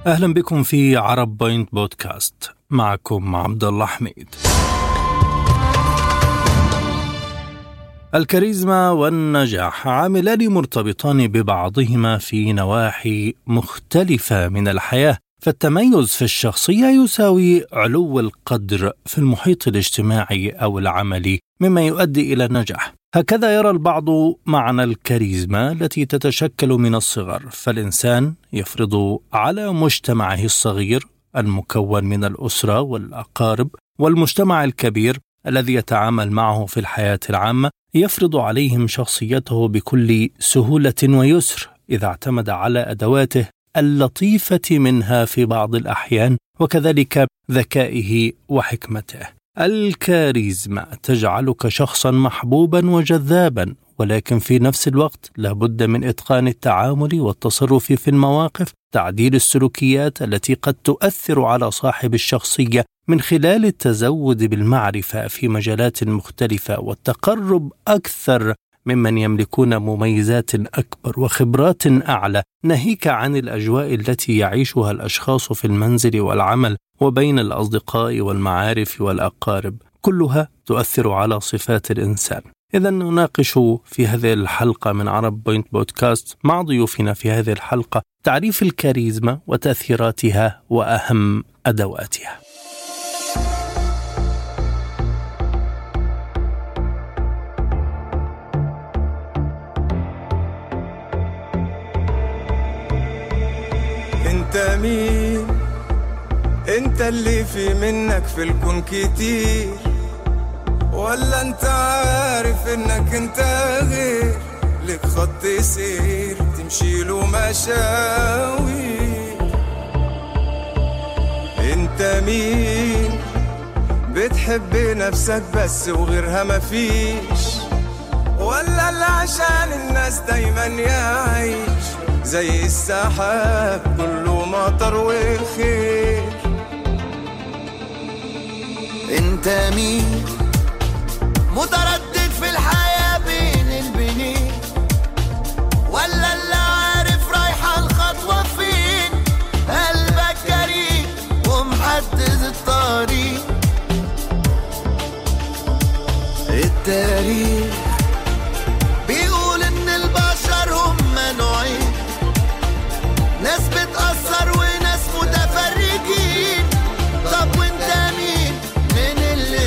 أهلا بكم في عرب بوينت بودكاست. معكم عبد الله حميد. الكاريزما والنجاح عاملان مرتبطان ببعضهما في نواحي مختلفة من الحياة، فالتميز في الشخصية يساوي علو القدر في المحيط الاجتماعي أو العملي، مما يؤدي إلى النجاح. هكذا يرى البعض معنى الكاريزما التي تتشكل من الصغر، فالإنسان يفرض على مجتمعه الصغير المكون من الأسرة والأقارب والمجتمع الكبير الذي يتعامل معه في الحياة العامة، يفرض عليهم شخصيته بكل سهولة ويسر إذا اعتمد على أدواته اللطيفة منها في بعض الأحيان، وكذلك ذكائه وحكمته. الكاريزما تجعلك شخصا محبوبا وجذابا، ولكن في نفس الوقت لابد من إتقان التعامل والتصرف في المواقف، تعديل السلوكيات التي قد تؤثر على صاحب الشخصية من خلال التزود بالمعرفة في مجالات مختلفة والتقرب أكثر ممن يملكون مميزات أكبر وخبرات أعلى، ناهيك عن الأجواء التي يعيشها الأشخاص في المنزل والعمل وبين الأصدقاء والمعارف والأقارب، كلها تؤثر على صفات الإنسان. إذن نناقش في هذه الحلقة من عرب بوينت بودكاست مع ضيوفنا في هذه الحلقة تعريف الكاريزما وتأثيراتها وأهم أدواتها. انت مين؟ انت اللي في منك في الكون كتير، ولا انت عارف انك انت غير لك خط سير تمشي له مشاوي؟ انت مين؟ بتحب نفسك بس وغيرها مفيش، ولا اللي عشان الناس دايما يعيش زي السحاب كله مطر وخير؟ انت مين؟ متردد في الحياة بين البنين، ولا اللي عارف رايحة الخطوة فين؟ قلبك جريء ومحدد الطريق. التاريخ بيقول ان البشر هم نوعين، ناس بتأثر وناس متفرجين. طب وانت مين من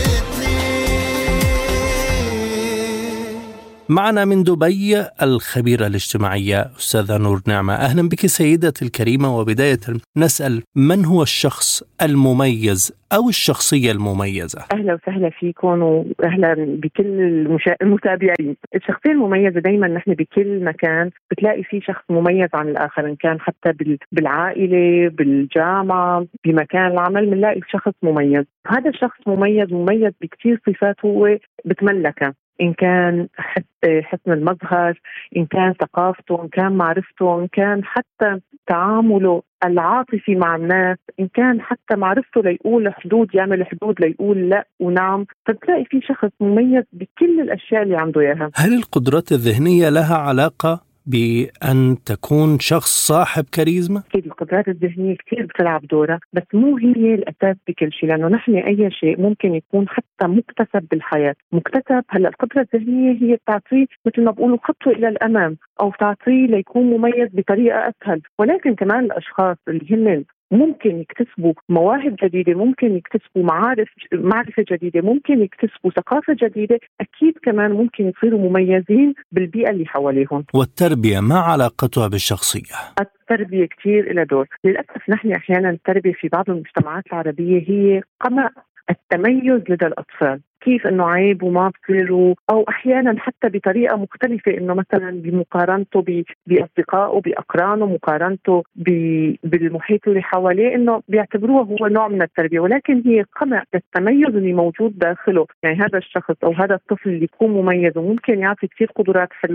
الاتنين؟ معنا من دبي الخبيرة الاجتماعية أستاذة نور نعمة. أهلا بك سيدتي الكريمة. وبداية نسأل، من هو الشخص المميز أو الشخصية المميزة؟ أهلا وسهلا فيكم وأهلا بكل المتابعين. الشخصية المميزة دايما نحن بكل مكان بتلاقي فيه شخص مميز عن الآخر، إن كان حتى بالعائلة، بالجامعة، بمكان العمل بنلاقي شخص مميز. هذا الشخص مميز بكثير صفات هو بتملكها، إن كان حسن المظهر، إن كان ثقافته، إن كان معرفته، إن كان حتى تعامله العاطفي مع الناس، إن كان حتى معرفته ليقول حدود، يعمل حدود ليقول لا ونعم. فبتلاقي في شخص مميز بكل الأشياء اللي عنده إياها. هل القدرات الذهنية لها علاقة بأن تكون شخص صاحب كاريزما؟ القدرات الذهنية كتير بتلعب دورها، بس مو هي الأساس بكل شيء، لأنه نحن أي شيء ممكن يكون حتى مكتسب بالحياة. مكتسب، هلأ القدرة الذهنية هي بتعطيه مثل ما بقولوا خطوة إلى الأمام، أو بتعطيه ليكون مميز بطريقة أسهل. ولكن كمان الأشخاص اللي هن ممكن يكتسبوا مواهب جديدة، ممكن يكتسبوا معرفة جديدة، ممكن يكتسبوا ثقافة جديدة، أكيد كمان ممكن يصيروا مميزين بالبيئة اللي حواليهم. والتربية ما علاقتها بالشخصية؟ التربية كتير إلى دور. للأسف نحن أحيانا التربية في بعض المجتمعات العربية هي قمع التميز لدى الأطفال، كيف انه عيب وما بصيروا، او احيانا حتى بطريقه مختلفه، انه مثلا بمقارنته باصدقائه باقرانه، مقارنته بالمحيط اللي حواليه، انه بيعتبروه هو نوع من التربيه، ولكن هي قمع التميز اللي موجود داخله. يعني هذا الشخص او هذا الطفل اللي يكون مميز وممكن يعطي كثير قدرات حلوه،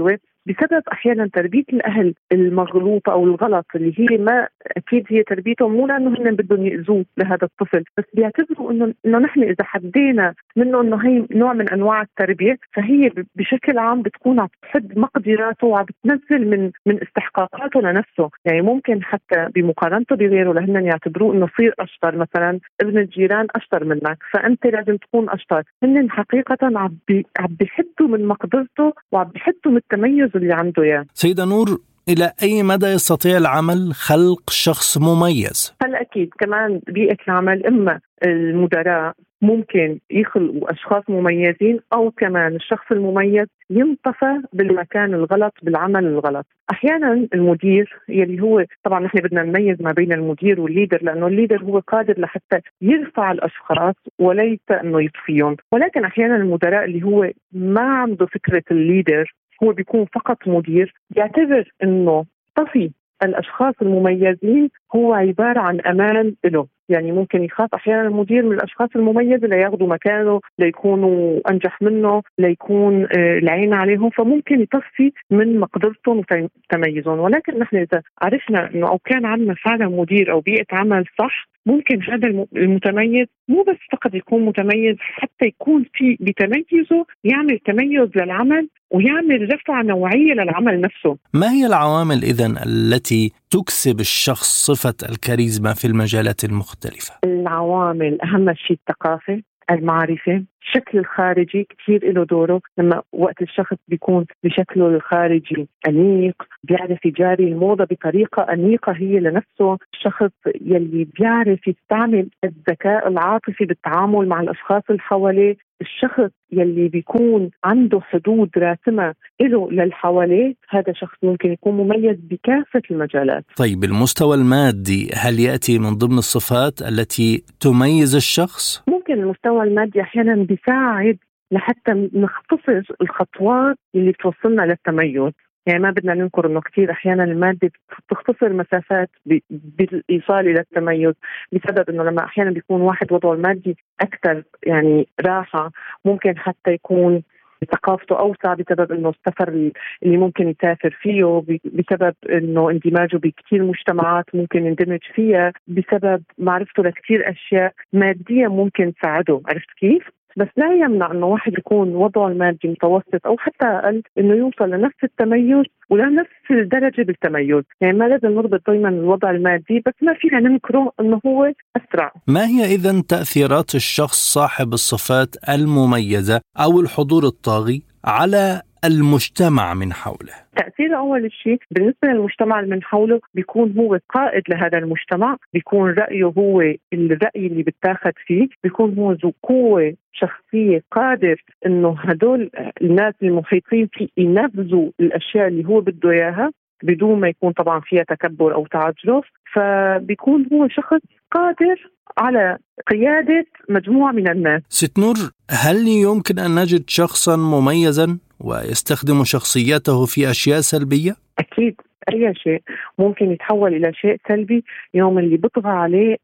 بسبب أحيانا تربية الأهل المغلوطة أو الغلط، اللي هي ما أكيد هي تربيتهم مو لأنه هن بدهم يأذوه لهذا الطفل، بس بيعتبروا إنه نحن إذا حدينا منه إنه هي نوع من أنواع التربية، فهي بشكل عام بتكون عم تحد مقدراته وعم بتنزل من استحقاقاته لنفسه. يعني ممكن حتى بمقارنته بغيره لهن يعتبروه إنه صير أشطر، مثلا ابن الجيران أشطر منك فأنت لازم تكون أشطر. هن حقيقة عم بيحدوا من مقدرته وعم بيحدوا من التميز اللي عنده إياه. سيدة نور، إلى أي مدى يستطيع العمل خلق شخص مميز؟ هلا أكيد كمان بيئة العمل، إما المدراء ممكن يخلقوا أشخاص مميزين، أو كمان الشخص المميز ينطفى بالمكان الغلط بالعمل الغلط. أحيانا المدير يلي هو طبعا نحن بدنا نميز ما بين المدير والليدر، لأنه الليدر هو قادر لحتى يرفع الأشخاص وليس أنه يطفيهم، ولكن أحيانا المدراء اللي هو ما عنده فكرة الليدر، هو بيكون فقط مدير، يعتبر أنه طفي الأشخاص المميزين هو عبارة عن أمان له. يعني ممكن يخاف أحيانا المدير من الأشخاص المميزة لياخذوا مكانه، ليكونوا أنجح منه، ليكون العين عليهم، فممكن يطفي من مقدرتهم وتميزهم. ولكن نحن إذا عرفنا إنه أو كان عندنا فعلا مدير أو بيئة عمل صح، ممكن هذا المتميز مو بس فقط يكون متميز، حتى يكون في بتميزه يعمل تميز للعمل ويعمل رفع نوعية للعمل نفسه. ما هي العوامل إذن التي تكسب الشخص صفة الكاريزما في المجالات المختلفة؟ العوامل أهم شيء الثقافة، المعرفة، الشكل الخارجي كثير له دوره. لما وقت الشخص بيكون بشكله الخارجي أنيق، بيعرف يجاري الموضة بطريقة أنيقة هي لنفسه، الشخص يلي بيعرف يستعمل الذكاء العاطفي بالتعامل مع الأشخاص اللي حواليه، الشخص يلي بيكون عنده حدود راسمة له للحواليه، هذا شخص ممكن يكون مميز بكافة المجالات. طيب المستوى المادي هل يأتي من ضمن الصفات التي تميز الشخص؟ ممكن المستوى المادي أحيانا بيساعد لحتى نختصر الخطوات اللي بتوصلنا للتميز. يعني ما بدنا ننكر إنه كثير أحيانا المادة بتختصر مسافات بالإيصال إلى التميز، بسبب إنه لما أحيانا بيكون واحد وضعه المادي أكثر يعني راحة، ممكن حتى يكون ثقافته أوسع بسبب إنه السفر اللي ممكن يسافر فيه، بسبب إنه اندماجه بكثير مجتمعات ممكن يندمج فيها، بسبب معرفته لكثير أشياء مادية ممكن تساعده. عرفت كيف؟ بس لا يمنع إنه واحد يكون وضعه المادي متوسط أو حتى أقل إنه يوصل لنفس التميز ولنفس الدرجة بالتميز. يعني ما لازم نربط دايما الوضع المادي، بس ما فينا ننكره إنه هو أسرع. ما هي إذن تأثيرات الشخص صاحب الصفات المميزة أو الحضور الطاغي على المجتمع من حوله؟ تأثير أول شيء بالنسبة للمجتمع من حوله بيكون هو قائد لهذا المجتمع، بيكون رأيه هو الرأي اللي بتاخد فيه، بيكون هو ذو قوة شخصية قادر إنه هدول الناس المحيطين فيه ينفذوا الأشياء اللي هو بده إياها بدون ما يكون طبعا فيها تكبر أو تعجرف. فبيكون هو شخص قادر على قيادة مجموعة من الناس. ست نور، هل يمكن أن نجد شخصا مميزا ويستخدم شخصيته في أشياء سلبية؟ أكيد أي شيء ممكن يتحول إلى شيء سلبي يوم اللي بطغى عليه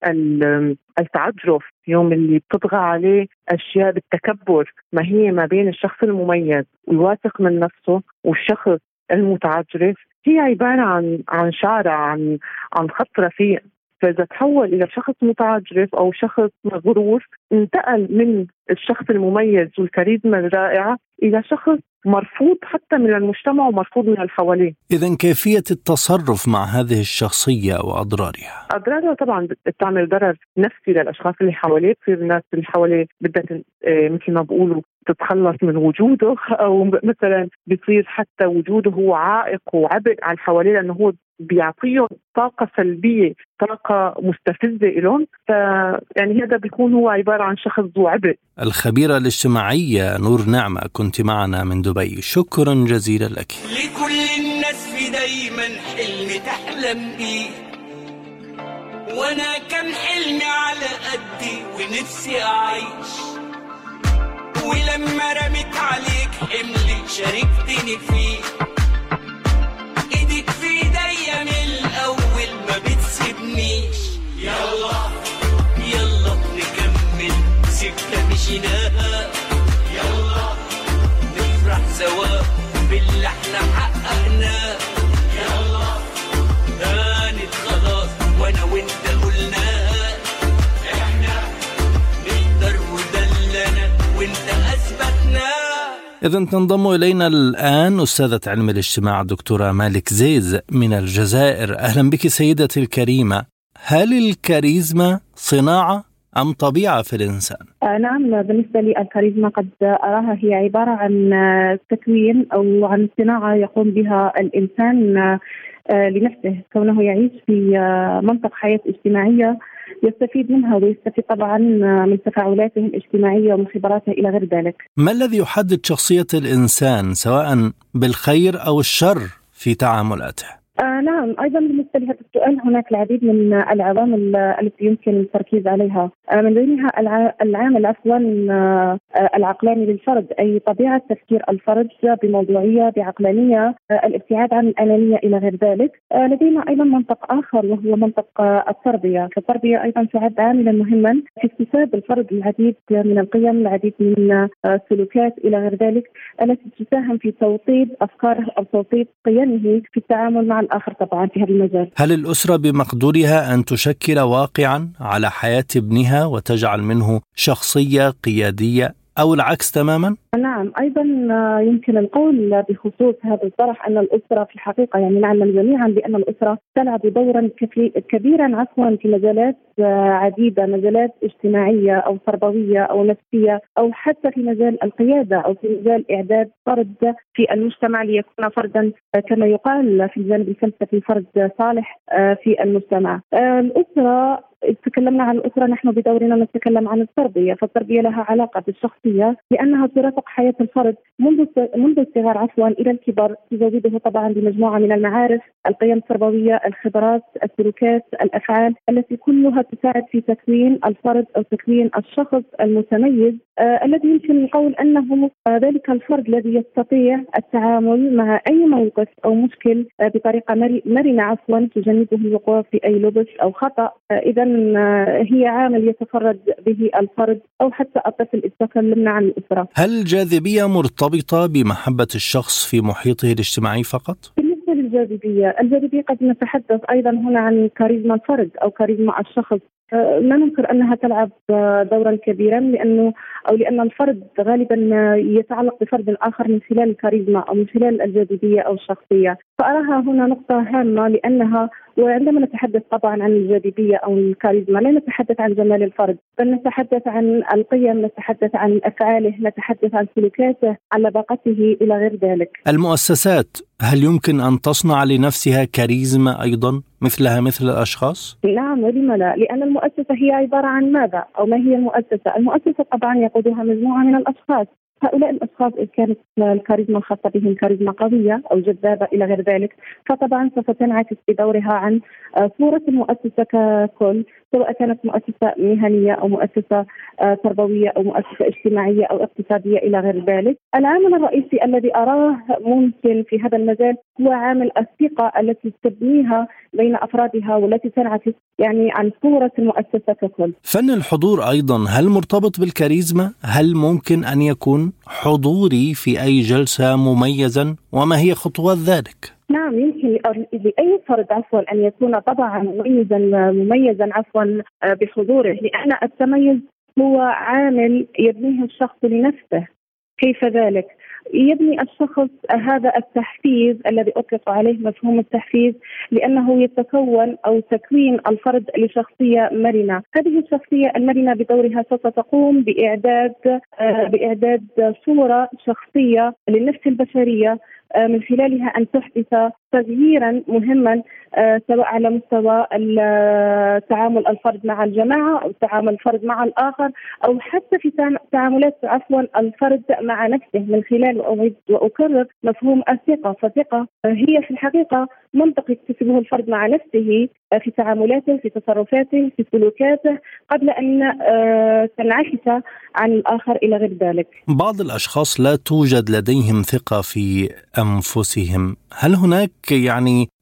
التعجرف، يوم اللي بتطغى عليه أشياء بالتكبر. ما هي ما بين الشخص المميز والواثق من نفسه والشخص المتعجرف هي عبارة عن شعرة، عن خط رفيع. فإذا تحول إلى شخص متعجرف أو شخص مغرور، انتقل من الشخص المميز والكاريزما الرائعة إلى شخص مرفوض حتى من المجتمع ومرفوض من الحواليه. إذن كيفية التصرف مع هذه الشخصية وأضرارها؟ أضرارها طبعا بتعمل ضرر نفسي للأشخاص اللي حواليه، تصير الناس اللي حواليه بدها مثل ما بقولوا تتخلص من وجوده، أو مثلا بيصير حتى وجوده هو عائق وعبء على الحواليه، لأنه هو بيعطيهم طاقة سلبية، طاقة مستفزة لهم. يعني هذا بيكون هو عبارة عن شخص ذو عبء. الخبيرة الاجتماعية نور نعمة، كنت معنا من دبي، شكرا جزيلا لك. لكل الناس في دايما حلم تحلم بيه، وانا كان حلمي على قدي ونفسي اعيش، ولما رميت عليك حملي شاركتني فيه، ايدك في ايديا من الاول ما بتسيبنيش. يلا يلا نكمل سكة مشيناها، يلا نفرح سوا باللي احنا حققناه. إذن تنضم إلينا الآن أستاذة علم الاجتماع الدكتورة مالك زيز من الجزائر. أهلا بك سيدتي الكريمة. هل الكاريزما صناعة أم طبيعة في الإنسان؟ نعم، بالنسبة لي الكاريزما قد أراها هي عبارة عن تكوين أو عن صناعة يقوم بها الإنسان لنفسه، كونه يعيش في منطقة حياة اجتماعية يستفيد منها ويستفيد طبعا من تفاعلاته الاجتماعية ومن خبراته إلى غير ذلك. ما الذي يحدد شخصية الإنسان سواء بالخير أو الشر في تعاملاته؟ نعم، أيضا بالنسبة لهذا السؤال هناك العديد من العوامل التي يمكن التركيز عليها، من بينها العامل العقلاني للفرد، أي طبيعة تفكير الفرد بموضوعية بعقلانية، الابتعاد عن الأنانية إلى غير ذلك. لدينا أيضا منطق آخر وهو منطق التربية، فالتربية أيضا تعد عاملا مهما في اكتساب الفرد العديد من القيم، العديد من السلوكات إلى غير ذلك التي تساهم في توطيد أفكاره أو توطيد قيمه في التعامل مع الآخر طبعا في هذا المجال. هل الأسرة بمقدورها أن تشكل واقعا على حياة ابنها وتجعل منه شخصية قيادية أو العكس تماما؟ نعم، أيضا يمكن القول بخصوص هذا الطرح أن الأسرة في الحقيقة نعلم جميعا بأن الأسرة تلعب دورا كبيرا في مجالات عديدة، مجالات اجتماعية أو تربوية أو نفسية أو حتى في مجال القيادة أو في مجال إعداد فرد في المجتمع ليكون فردا كما يقال في الجانب الفلسفي فرد صالح في المجتمع. الأسرة، تكلمنا عن الأسرة، نحن بدورنا نتكلم عن التربية، فالتربية لها علاقة بالشخصية لأنها ترافق حياة الفرد منذ الصغر إلى الكبر، تزوده طبعا بمجموعة من المعارف، القيم التربوية، الخبرات، السلوكات، الأفعال التي كلها تساعد في تكوين الفرد أو تكوين الشخص المتميز الذي يمكن القول أنه ذلك الفرد الذي يستطيع التعامل مع أي موقف أو مشكل بطريقة مرنة تجنبه الوقوع في أي لبس أو خطأ. إذا هي عامل يتفرد به الفرد أو حتى الطفل إذا تكلمنا عن الأسرة. هل الجاذبية مرتبطة بمحبة الشخص في محيطه الاجتماعي فقط؟ بالنسبة للجاذبية قد نتحدث أيضا هنا عن كاريزما الفرد أو كاريزما الشخص. لا ننكر أنها تلعب دورا كبيرا لأن الفرد غالبا يتعلق بفرد آخر من خلال الكاريزما أو من خلال الجاذبية أو الشخصية، فأراها هنا نقطة هامة لأنها، وعندما نتحدث طبعا عن الجاذبية أو الكاريزما لا نتحدث عن جمال الفرد، بل نتحدث عن القيم، نتحدث عن أفعاله، نتحدث عن سلوكاته، عن لباقته إلى غير ذلك. المؤسسات هل يمكن أن تصنع لنفسها كاريزما أيضا مثل الأشخاص؟ نعم، ولم لا؟ لأن المؤسسة هي عبارة عن ماذا أو ما هي المؤسسة؟ المؤسسة طبعا يقودها مجموعة من الأشخاص، هؤلاء الأشخاص إذا كانت الكاريزما الخاصة بهم كاريزما قوية أو جذابة إلى غير ذلك، فطبعا سوف تنعكس بدورها عن صورة المؤسسة ككل، سواء كانت مؤسسة مهنية أو مؤسسة تربوية أو مؤسسة اجتماعية أو اقتصادية إلى غير ذلك. العامل الرئيسي الذي أراه ممكن في هذا المجال هو عامل الثقة التي تبنيها بين أفرادها والتي تنعكس عن صورة المؤسسة ككل. فن الحضور أيضا هل مرتبط بالكاريزما؟ هل ممكن أن يكون حضوري في أي جلسة مميزا؟ وما هي خطوات ذلك؟ نعم، يمكن لأي فرد أن يكون طبعا مميزا بحضوره، لأن التميز هو عامل يبنيه الشخص لنفسه. كيف ذلك؟ يبني الشخص هذا التحفيز الذي أطلق عليه مفهوم التحفيز، لأنه يتكون أو تكوين الفرد لشخصية مرنة. هذه الشخصية المرنة بدورها سوف تقوم بإعداد صورة شخصية للنفس البشرية من خلالها أن تحدث تغييرا مهما سواء على مستوى تعامل الفرد مع الجماعة أو تعامل الفرد مع الآخر أو حتى في تعاملات الفرد مع نفسه من خلال، وأكرر مفهوم الثقة. فالثقة هي في الحقيقة منطق يكتسبه الفرد مع نفسه في تعاملاته، في تصرفاته، في سلوكاته، قبل أن تنعكس عن الآخر إلى غير ذلك. بعض الأشخاص لا توجد لديهم ثقة في أنفسهم، هل هناك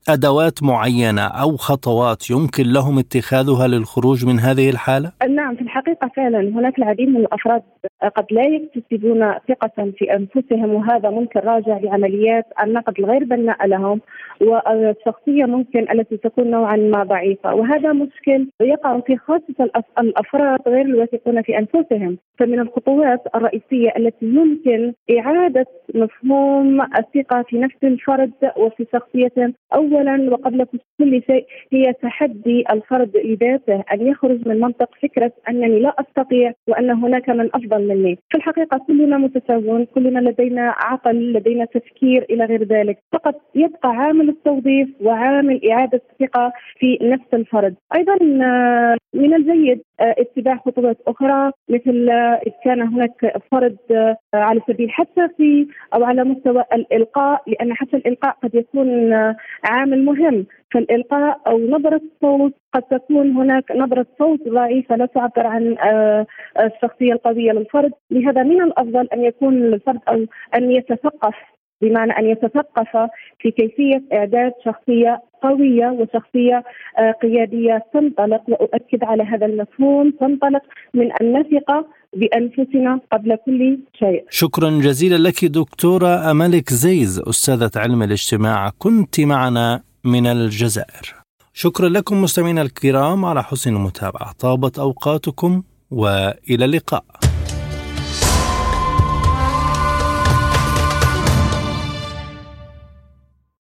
أدوات معينة أو خطوات يمكن لهم اتخاذها للخروج من هذه الحالة؟ نعم، في الحقيقة فعلا هناك العديد من الأفراد قد لا يكتسبون ثقة في أنفسهم، وهذا ممكن راجع لعمليات النقد الغير بناءة لهم، والشخصية ممكن التي تكون نوعا ما ضعيفة، وهذا مشكل يقع في خاصة الأفراد غير الواثقون في أنفسهم. فمن الخطوات الرئيسية التي يمكن إعادة مفهوم الثقة في نفس الفرد وفي شخصيته، أولا وقبل كل شيء هي تحدي الفرد لذاته، أن يخرج من منطق فكرة أنني لا أستطيع وأن هناك من أفضل مني. في الحقيقة كلنا متساوون، كلنا لدينا عقل، لدينا تفكير إلى غير ذلك، فقط يبقى عامل التوظيف وعامل إعادة الثقة في نفس الفرد. أيضا من الجيد اتباع خطوات أخرى، مثل إذا كان هناك فرد على سبيل حتى في أو على مستوى الإلقاء، لأن حتى الإلقاء قد يكون عامل مهم. فالإلقاء أو نبرة الصوت قد تكون هناك نبرة صوت ضعيفة لا تعبر عن الشخصية القوية للفرد. لهذا من الأفضل أن يكون الفرد أو أن يتثقف، بمعنى أن يتثقف في كيفية إعداد شخصية قوية وشخصية قيادية تنطلق، وأؤكد على هذا المفهوم، تنطلق من أن نثق بأنفسنا قبل كل شيء. شكرا جزيلا لك دكتورة أمالك زيز، أستاذة علم الاجتماع، كنت معنا من الجزائر. شكرا لكم مستمعينا الكرام على حسن المتابعة، طابت أوقاتكم وإلى اللقاء.